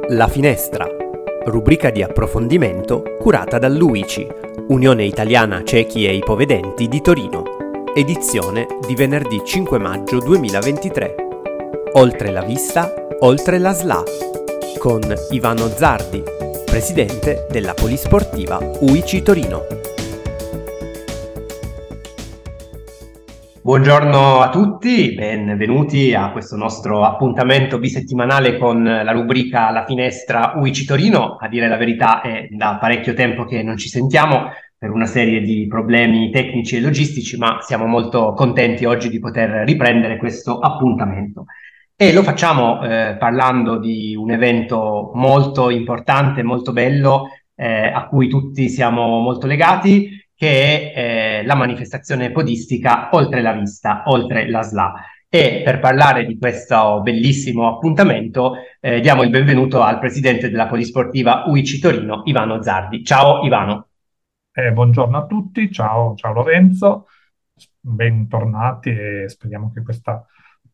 La Finestra, rubrica di approfondimento curata dall'UICI, Unione Italiana Ciechi e Ipovedenti di Torino, edizione di venerdì 5 maggio 2023. Oltre la vista, oltre la SLA, con Ivano Zardi, presidente della Polisportiva UICI Torino. Buongiorno a tutti, benvenuti a questo nostro appuntamento bisettimanale con la rubrica La Finestra UICI Torino. A dire la verità è da parecchio tempo che non ci sentiamo per una serie di problemi tecnici e logistici, ma siamo molto contenti oggi di poter riprendere questo appuntamento. E lo facciamo parlando di un evento molto importante, molto bello, a cui tutti siamo molto legati, che è la manifestazione podistica Oltre la vista, oltre la SLA. E per parlare di questo bellissimo appuntamento diamo il benvenuto al presidente della Polisportiva UICI Torino, Ivano Zardi. Ciao Ivano. Buongiorno a tutti, ciao Lorenzo, bentornati e speriamo che questa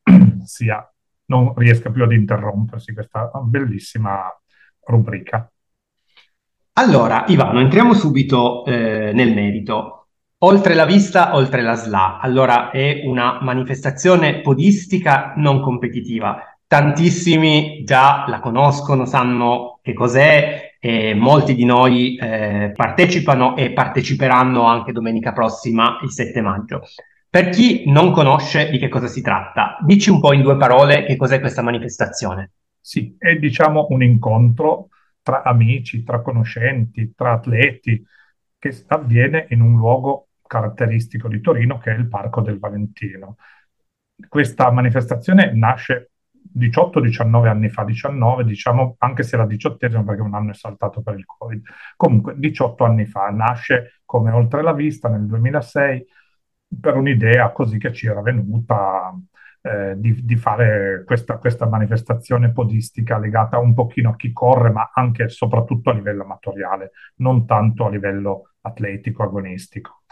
non riesca più ad interrompersi, questa bellissima rubrica. Allora, Ivano, entriamo subito nel merito. Oltre la vista, oltre la SLA. Allora, è una manifestazione podistica non competitiva. Tantissimi già la conoscono, sanno che cos'è e molti di noi partecipano e parteciperanno anche domenica prossima, il 7 maggio. Per chi non conosce di che cosa si tratta, dici un po' in due parole che cos'è questa manifestazione. Sì, è diciamo un incontro tra amici, tra conoscenti, tra atleti, che avviene in un luogo caratteristico di Torino che è il Parco del Valentino. Questa manifestazione nasce 18-19 anni fa, 19 diciamo, anche se era 18esimo perché un anno è saltato per il Covid. Comunque 18 anni fa nasce come Oltre la vista nel 2006 per un'idea così che ci era venuta di fare questa manifestazione podistica legata un pochino a chi corre, ma anche e soprattutto a livello amatoriale, non tanto a livello atletico, agonistico.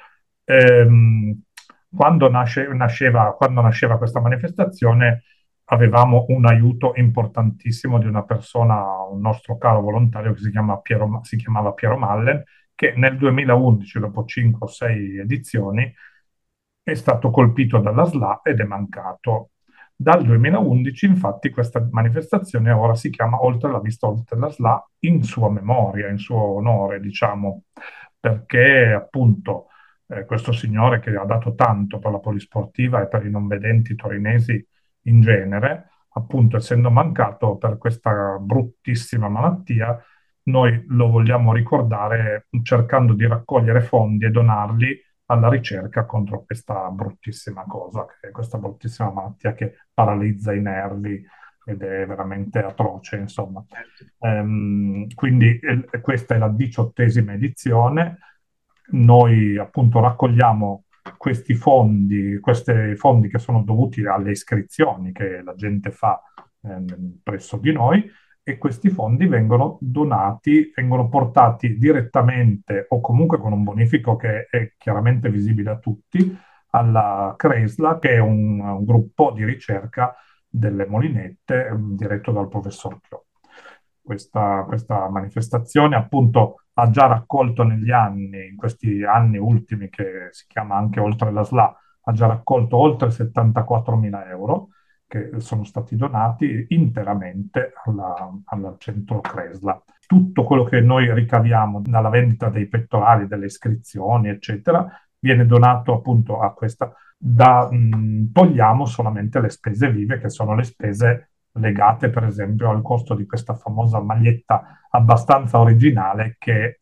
Quando nasceva questa manifestazione avevamo un aiuto importantissimo di una persona, un nostro caro volontario che si chiamava Piero Mallen, che nel 2011, dopo 5 o 6 edizioni, è stato colpito dalla SLA ed è mancato. Dal 2011, infatti, questa manifestazione ora si chiama Oltre la vista, oltre la SLA, in sua memoria, in suo onore, diciamo, perché appunto questo signore che ha dato tanto per la polisportiva e per i non vedenti torinesi in genere, appunto essendo mancato per questa bruttissima malattia, noi lo vogliamo ricordare cercando di raccogliere fondi e donarli alla ricerca contro questa bruttissima cosa, che è questa bruttissima malattia che paralizza i nervi ed è veramente atroce, insomma. Quindi questa è la 18esima edizione. Noi appunto raccogliamo questi fondi che sono dovuti alle iscrizioni che la gente fa presso di noi, e questi fondi vengono donati, vengono portati direttamente o comunque con un bonifico che è chiaramente visibile a tutti, alla CRESLA, che è un gruppo di ricerca delle Molinette diretto dal professor Chiò. Questa manifestazione appunto ha già raccolto negli anni, in questi anni ultimi che si chiama anche Oltre la SLA, ha già raccolto oltre 74.000 euro che sono stati donati interamente al centro CRESLA. Tutto quello che noi ricaviamo dalla vendita dei pettorali, delle iscrizioni, eccetera, viene donato appunto a questa. Togliamo solamente le spese vive, che sono le spese legate per esempio al costo di questa famosa maglietta abbastanza originale che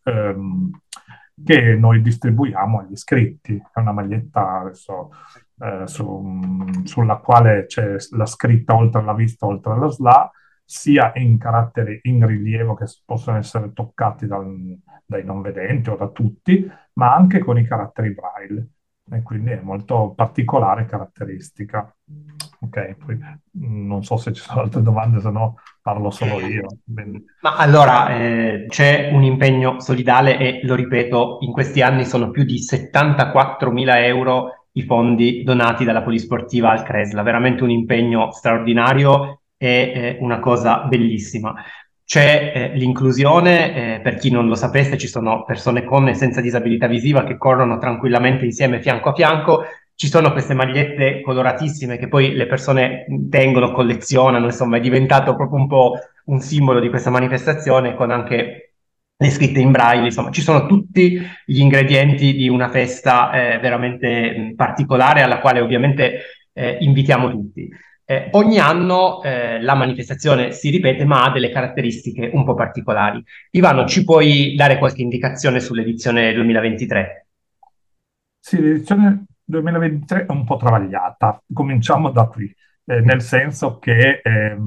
noi distribuiamo agli iscritti. È una maglietta adesso sulla quale c'è la scritta Oltre la vista, oltre la SLA, sia in caratteri in rilievo che possono essere toccati dai non vedenti o da tutti, ma anche con i caratteri braille. E quindi è molto particolare caratteristica. Ok, poi non so se ci sono altre domande, se no parlo solo io. Ma allora c'è un impegno solidale e lo ripeto, in questi anni sono più di 74.000 euro i fondi donati dalla Polisportiva al CRESLA, veramente un impegno straordinario e una cosa bellissima. c'è l'inclusione, per chi non lo sapesse ci sono persone con e senza disabilità visiva che corrono tranquillamente insieme fianco a fianco, ci sono queste magliette coloratissime che poi le persone tengono, collezionano, insomma è diventato proprio un po' un simbolo di questa manifestazione con anche le scritte in braille, insomma ci sono tutti gli ingredienti di una festa veramente particolare alla quale ovviamente invitiamo tutti. Ogni anno la manifestazione si ripete, ma ha delle caratteristiche un po' particolari. Ivano, ci puoi dare qualche indicazione sull'edizione 2023? Sì, l'edizione 2023 è un po' travagliata, cominciamo da qui, nel senso che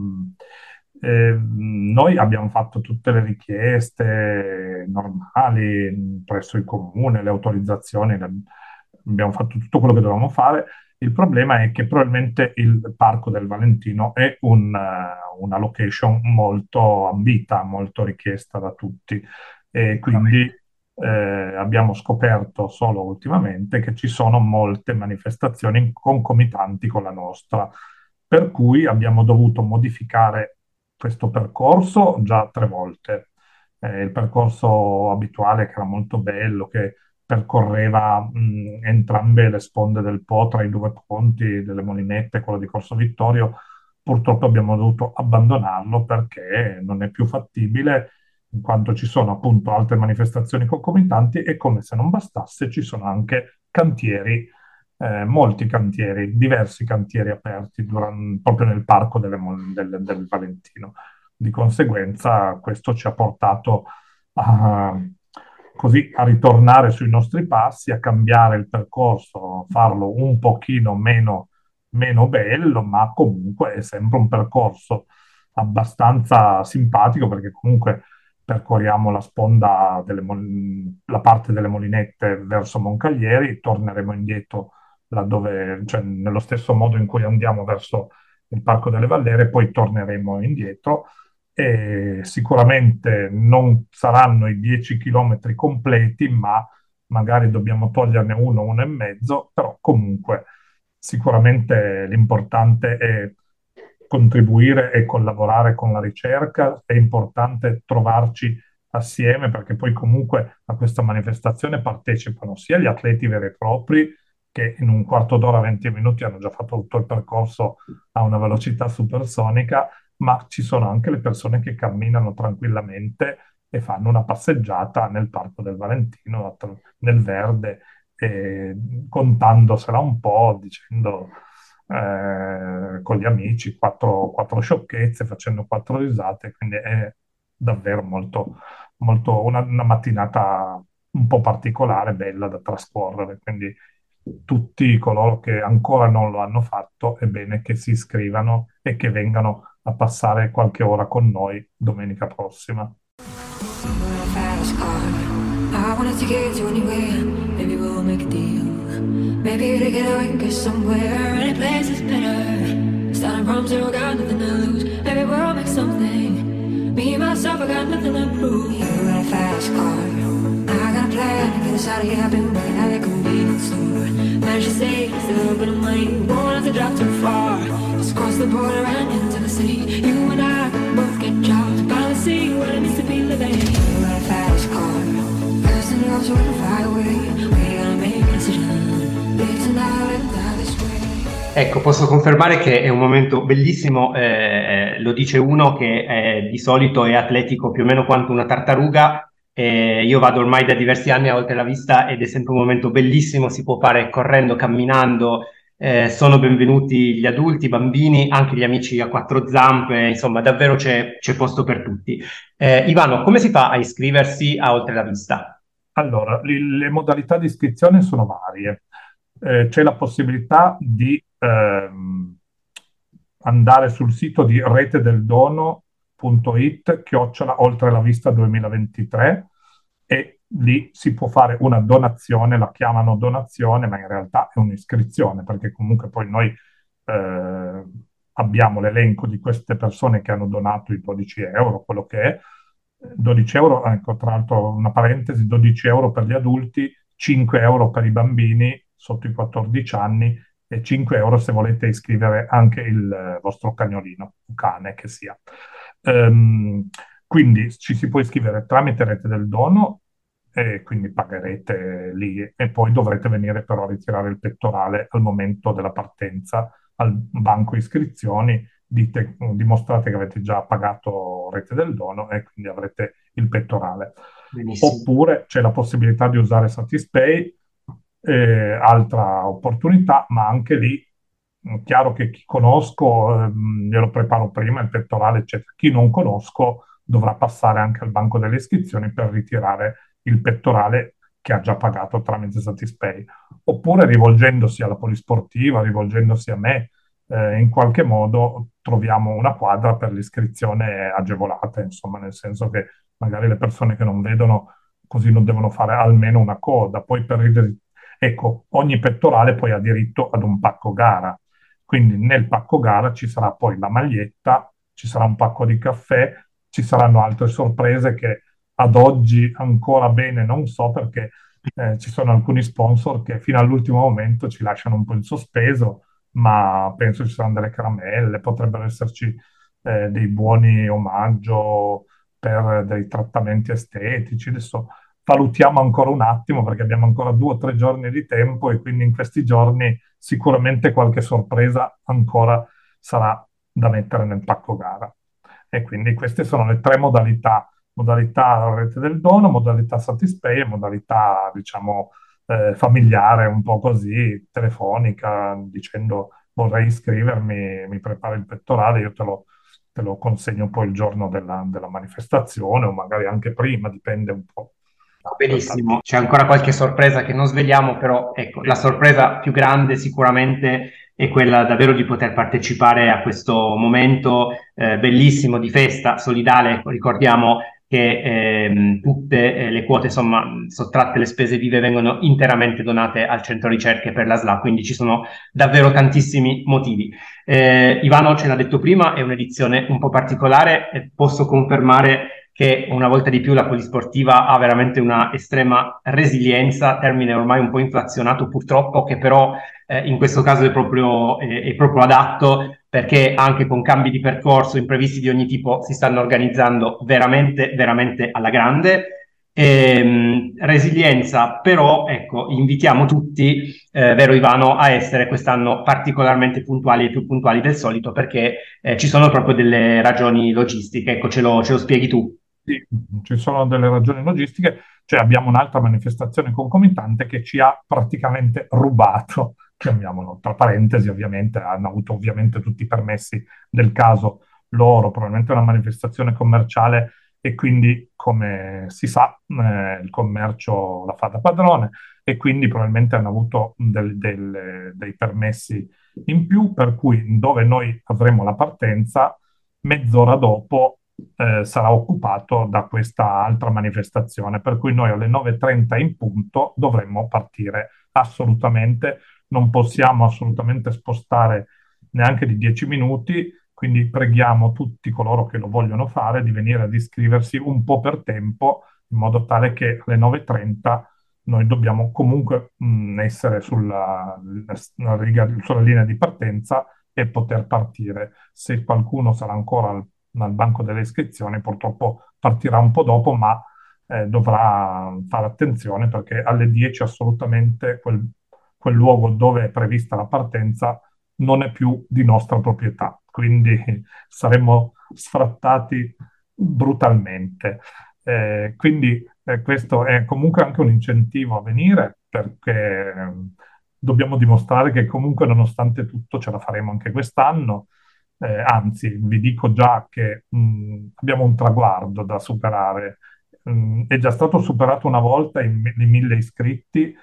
noi abbiamo fatto tutte le richieste normali presso il comune, le autorizzazioni, abbiamo fatto tutto quello che dovevamo fare. Il problema è che probabilmente il Parco del Valentino è una location molto ambita, molto richiesta da tutti e quindi abbiamo scoperto solo ultimamente che ci sono molte manifestazioni concomitanti con la nostra, per cui abbiamo dovuto modificare questo percorso già 3 volte. Il percorso abituale, che era molto bello, che percorreva entrambe le sponde del Po tra i due ponti delle Molinette, quello di Corso Vittorio, purtroppo abbiamo dovuto abbandonarlo perché non è più fattibile, in quanto ci sono appunto altre manifestazioni concomitanti e, come se non bastasse, ci sono anche cantieri, molti cantieri, diversi cantieri aperti proprio nel parco del Valentino. Di conseguenza questo ci ha portato così a ritornare sui nostri passi, a cambiare il percorso, farlo un pochino meno bello, ma comunque è sempre un percorso abbastanza simpatico, perché comunque percorriamo la sponda la parte delle Molinette verso Moncaglieri, torneremo indietro laddove, cioè nello stesso modo in cui andiamo verso il Parco delle Vallere, poi torneremo indietro e sicuramente non saranno i 10 chilometri completi, ma magari dobbiamo toglierne uno e mezzo, però comunque sicuramente l'importante è contribuire e collaborare con la ricerca, è importante trovarci assieme perché poi comunque a questa manifestazione partecipano sia gli atleti veri e propri che in un quarto d'ora, 20 minuti hanno già fatto tutto il percorso a una velocità supersonica, ma ci sono anche le persone che camminano tranquillamente e fanno una passeggiata nel Parco del Valentino, nel verde, contandosela un po', dicendo con gli amici quattro sciocchezze, facendo 4 risate, quindi è davvero una mattinata un po' particolare, bella da trascorrere, quindi tutti coloro che ancora non lo hanno fatto è bene che si iscrivano e che vengano a passare qualche ora con noi domenica prossima. I wanted to get you anywhere. Maybe we'll make a deal. Maybe together we can get somewhere. Any place is better. Starting from zero, got nothing to lose. Maybe we'll make something. Me, myself, I got nothing to prove. You got a fast car. I got a plan to get us out of here. I've been working at a convenience store. Managed to save just a little bit of money. Won't have to drive too far. Just cross the border and into the city. You and I both get jobs. Finally see what it means to be living. You got a fast car. Ecco, posso confermare che è un momento bellissimo, lo dice uno che di solito è atletico più o meno quanto una tartaruga. Io vado ormai da diversi anni a Oltre la Vista ed è sempre un momento bellissimo, si può fare correndo, camminando, sono benvenuti gli adulti, i bambini, anche gli amici a 4 zampe, insomma davvero c'è posto per tutti. Ivano, come si fa a iscriversi a Oltre la Vista? Allora, le modalità di iscrizione sono varie. C'è la possibilità di andare sul sito di retedeldono.it /Oltre la Vista 2023 e lì si può fare una donazione, la chiamano donazione, ma in realtà è un'iscrizione, perché comunque poi noi abbiamo l'elenco di queste persone che hanno donato i 12 euro, quello che è. 12 euro, ecco, tra l'altro una parentesi, 12 euro per gli adulti, 5 euro per i bambini sotto i 14 anni e 5 euro se volete iscrivere anche il vostro cagnolino, o cane che sia. Quindi ci si può iscrivere tramite Rete del Dono e quindi pagherete lì e poi dovrete venire però a ritirare il pettorale al momento della partenza al banco iscrizioni, dimostrate che avete già pagato Rete del Dono e quindi avrete il pettorale. Benissimo. Oppure c'è la possibilità di usare Satispay, altra opportunità, ma anche lì chiaro che chi conosco glielo preparo prima il pettorale, eccetera. Chi non conosco dovrà passare anche al banco delle iscrizioni per ritirare il pettorale che ha già pagato tramite Satispay, oppure rivolgendosi alla polisportiva, rivolgendosi a me, in qualche modo troviamo una quadra per l'iscrizione agevolata, insomma, nel senso che magari le persone che non vedono così non devono fare almeno una coda. Poi ecco, ogni pettorale poi ha diritto ad un pacco gara, quindi nel pacco gara ci sarà poi la maglietta, ci sarà un pacco di caffè, ci saranno altre sorprese che ad oggi ancora bene non so perché ci sono alcuni sponsor che fino all'ultimo momento ci lasciano un po' in sospeso, ma penso ci saranno delle caramelle, potrebbero esserci dei buoni omaggio per dei trattamenti estetici. Adesso valutiamo ancora un attimo perché abbiamo ancora 2 o 3 giorni di tempo e quindi in questi giorni sicuramente qualche sorpresa ancora sarà da mettere nel pacco gara. E quindi queste sono le 3 modalità: modalità Rete del Dono, modalità Satispay e modalità, diciamo, familiare, un po' così, telefonica, dicendo vorrei iscrivermi, mi prepari il pettorale, io te lo consegno poi il giorno della manifestazione o magari anche prima, dipende un po'. Benissimo, c'è ancora qualche sorpresa che non sveliamo, però ecco, la sorpresa più grande sicuramente è quella davvero di poter partecipare a questo momento bellissimo di festa solidale. Ecco, ricordiamo che tutte le quote, insomma, sottratte le spese vive, vengono interamente donate al centro ricerche per la SLA, quindi ci sono davvero tantissimi motivi. Ivano ce l'ha detto prima, è un'edizione un po' particolare e posso confermare che una volta di più la polisportiva ha veramente una estrema resilienza, termine ormai un po' inflazionato purtroppo, che però in questo caso è proprio adatto, perché anche con cambi di percorso, imprevisti di ogni tipo, si stanno organizzando veramente, veramente alla grande. Resilienza, però, ecco, invitiamo tutti, vero Ivano, a essere quest'anno particolarmente puntuali e più puntuali del solito, perché ci sono proprio delle ragioni logistiche. Ecco, ce lo spieghi tu. Sì, ci sono delle ragioni logistiche, cioè abbiamo un'altra manifestazione concomitante che ci ha praticamente rubato, chiamiamolo, tra parentesi ovviamente, hanno avuto ovviamente tutti i permessi del caso loro, probabilmente è una manifestazione commerciale e quindi come si sa il commercio la fa da padrone e quindi probabilmente hanno avuto dei permessi in più, per cui dove noi avremo la partenza, mezz'ora dopo sarà occupato da questa altra manifestazione, per cui noi alle 9:30 in punto dovremmo partire assolutamente, non possiamo assolutamente spostare neanche di 10 minuti, quindi preghiamo tutti coloro che lo vogliono fare di venire ad iscriversi un po' per tempo, in modo tale che alle 9:30 noi dobbiamo comunque essere sulla linea di partenza e poter partire. Se qualcuno sarà ancora al banco delle iscrizioni, purtroppo partirà un po' dopo, ma dovrà fare attenzione perché alle 10 assolutamente quel luogo dove è prevista la partenza non è più di nostra proprietà, quindi saremmo sfrattati brutalmente. Quindi questo è comunque anche un incentivo a venire perché dobbiamo dimostrare che comunque nonostante tutto ce la faremo anche quest'anno. Anzi, vi dico già che abbiamo un traguardo da superare. È già stato superato una volta i 1.000 iscritti,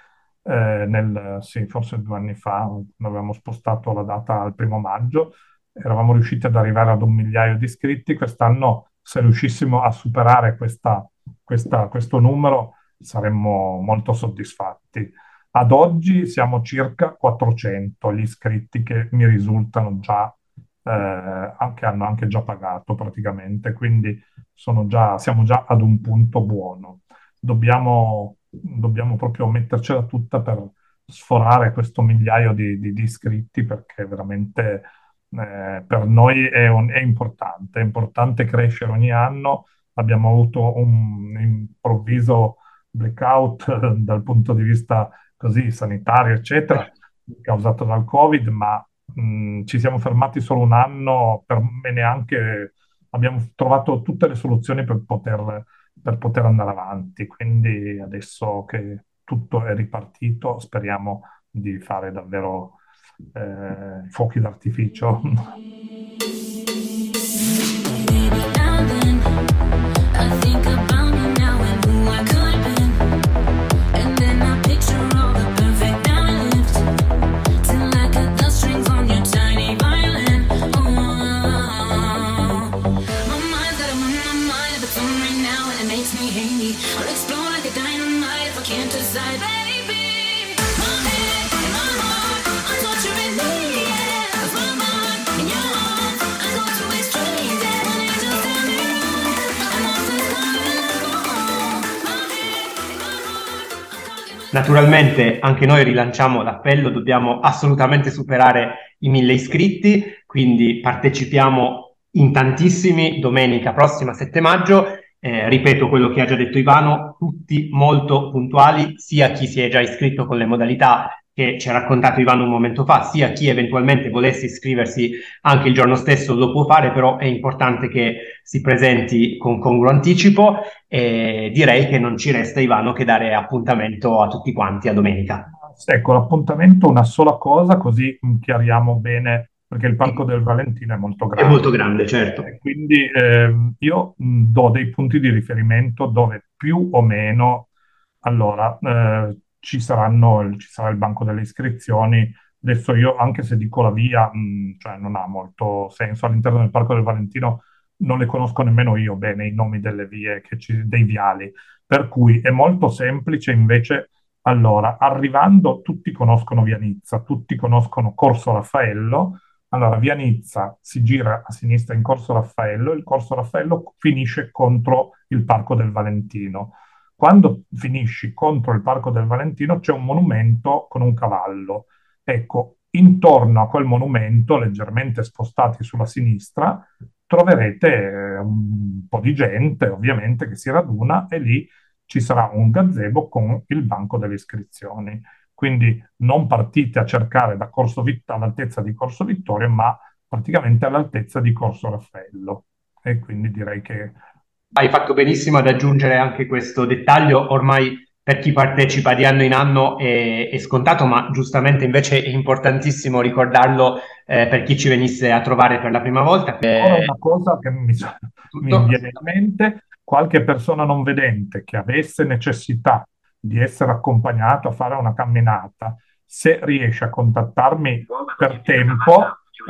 sì, forse 2 anni fa, quando avevamo spostato la data al 1° maggio, eravamo riusciti ad arrivare ad 1 migliaio di iscritti. Quest'anno, se riuscissimo a superare questo numero, saremmo molto soddisfatti. Ad oggi siamo circa 400 gli iscritti che mi risultano già che hanno anche già pagato praticamente, quindi siamo già ad un punto buono. Dobbiamo proprio mettercela tutta per sforare questo migliaio di iscritti perché veramente per noi è importante crescere ogni anno, abbiamo avuto un improvviso blackout dal punto di vista così sanitario, eccetera, causato dal Covid, ma ci siamo fermati solo un anno, e neanche abbiamo trovato tutte le soluzioni per poter andare avanti. Quindi adesso che tutto è ripartito, speriamo di fare davvero fuochi d'artificio. Naturalmente anche noi rilanciamo l'appello, dobbiamo assolutamente superare i 1000 iscritti, quindi partecipiamo in tantissimi domenica prossima 7 maggio. Ripeto quello che ha già detto Ivano, tutti molto puntuali, sia chi si è già iscritto con le modalità che ci ha raccontato Ivano un momento fa, sia chi eventualmente volesse iscriversi anche il giorno stesso lo può fare, però è importante che si presenti con congruo anticipo. E direi che non ci resta, Ivano, che dare appuntamento a tutti quanti a domenica. Ecco, l'appuntamento una sola cosa, così chiariamo bene, perché il Parco del Valentino è molto È grande. molto grande, certo. Quindi io do dei punti di riferimento dove più o meno, allora, ci sarà il banco delle iscrizioni. Adesso io, anche se dico la via, cioè non ha molto senso. All'interno del Parco del Valentino non le conosco nemmeno io bene i nomi delle vie, dei viali. Per cui è molto semplice invece. Allora, arrivando, tutti conoscono Via Nizza, tutti conoscono Corso Raffaello. Allora, via Nizza si gira a sinistra in Corso Raffaello, il Corso Raffaello finisce contro il Parco del Valentino. Quando finisci contro il Parco del Valentino c'è un monumento con un cavallo. Ecco, intorno a quel monumento, leggermente spostati sulla sinistra, troverete un po' di gente, ovviamente, che si raduna e lì ci sarà un gazebo con il banco delle iscrizioni. Quindi non partite a cercare all'altezza di Corso Vittorio, ma praticamente all'altezza di Corso Raffaello. E quindi direi che Hai fatto benissimo ad aggiungere anche questo dettaglio, ormai per chi partecipa di anno in anno è scontato, ma giustamente invece è importantissimo ricordarlo per chi ci venisse a trovare per la prima volta. ora una cosa che mi Tutto. viene in mente, qualche persona non vedente che avesse necessità di essere accompagnato a fare una camminata, se riesce a contattarmi per tempo,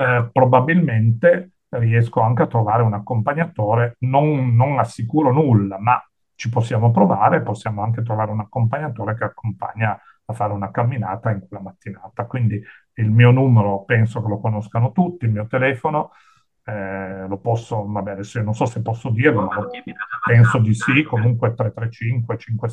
probabilmente riesco anche a trovare un accompagnatore. Non assicuro nulla, ma ci possiamo provare, possiamo anche trovare un accompagnatore che accompagna a fare una camminata in quella mattinata. Quindi il mio numero penso che lo conoscano tutti, il mio telefono. Lo posso, vabbè, adesso io non so se posso dirlo, ma penso di sì, comunque 335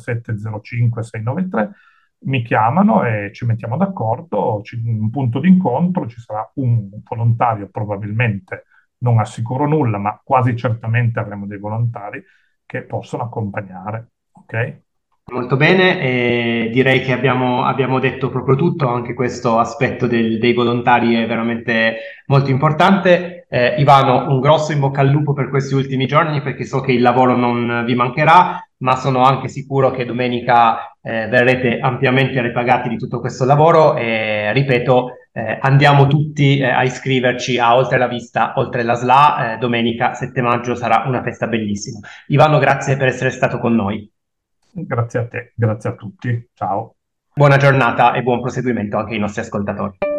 5705 693, mi chiamano e ci mettiamo d'accordo, un punto d'incontro, ci sarà un volontario, probabilmente, non assicuro nulla, ma quasi certamente avremo dei volontari che possono accompagnare, ok? Molto bene, e direi che abbiamo detto proprio tutto, anche questo aspetto dei volontari è veramente molto importante. Ivano, un grosso in bocca al lupo per questi ultimi giorni, perché so che il lavoro non vi mancherà, ma sono anche sicuro che domenica verrete ampiamente ripagati di tutto questo lavoro e ripeto, andiamo tutti a iscriverci a Oltre la Vista, Oltre la SLA, domenica 7 maggio sarà una festa bellissima. Ivano, grazie per essere stato con noi. Grazie a te, grazie a tutti, ciao. Buona giornata e buon proseguimento anche ai nostri ascoltatori.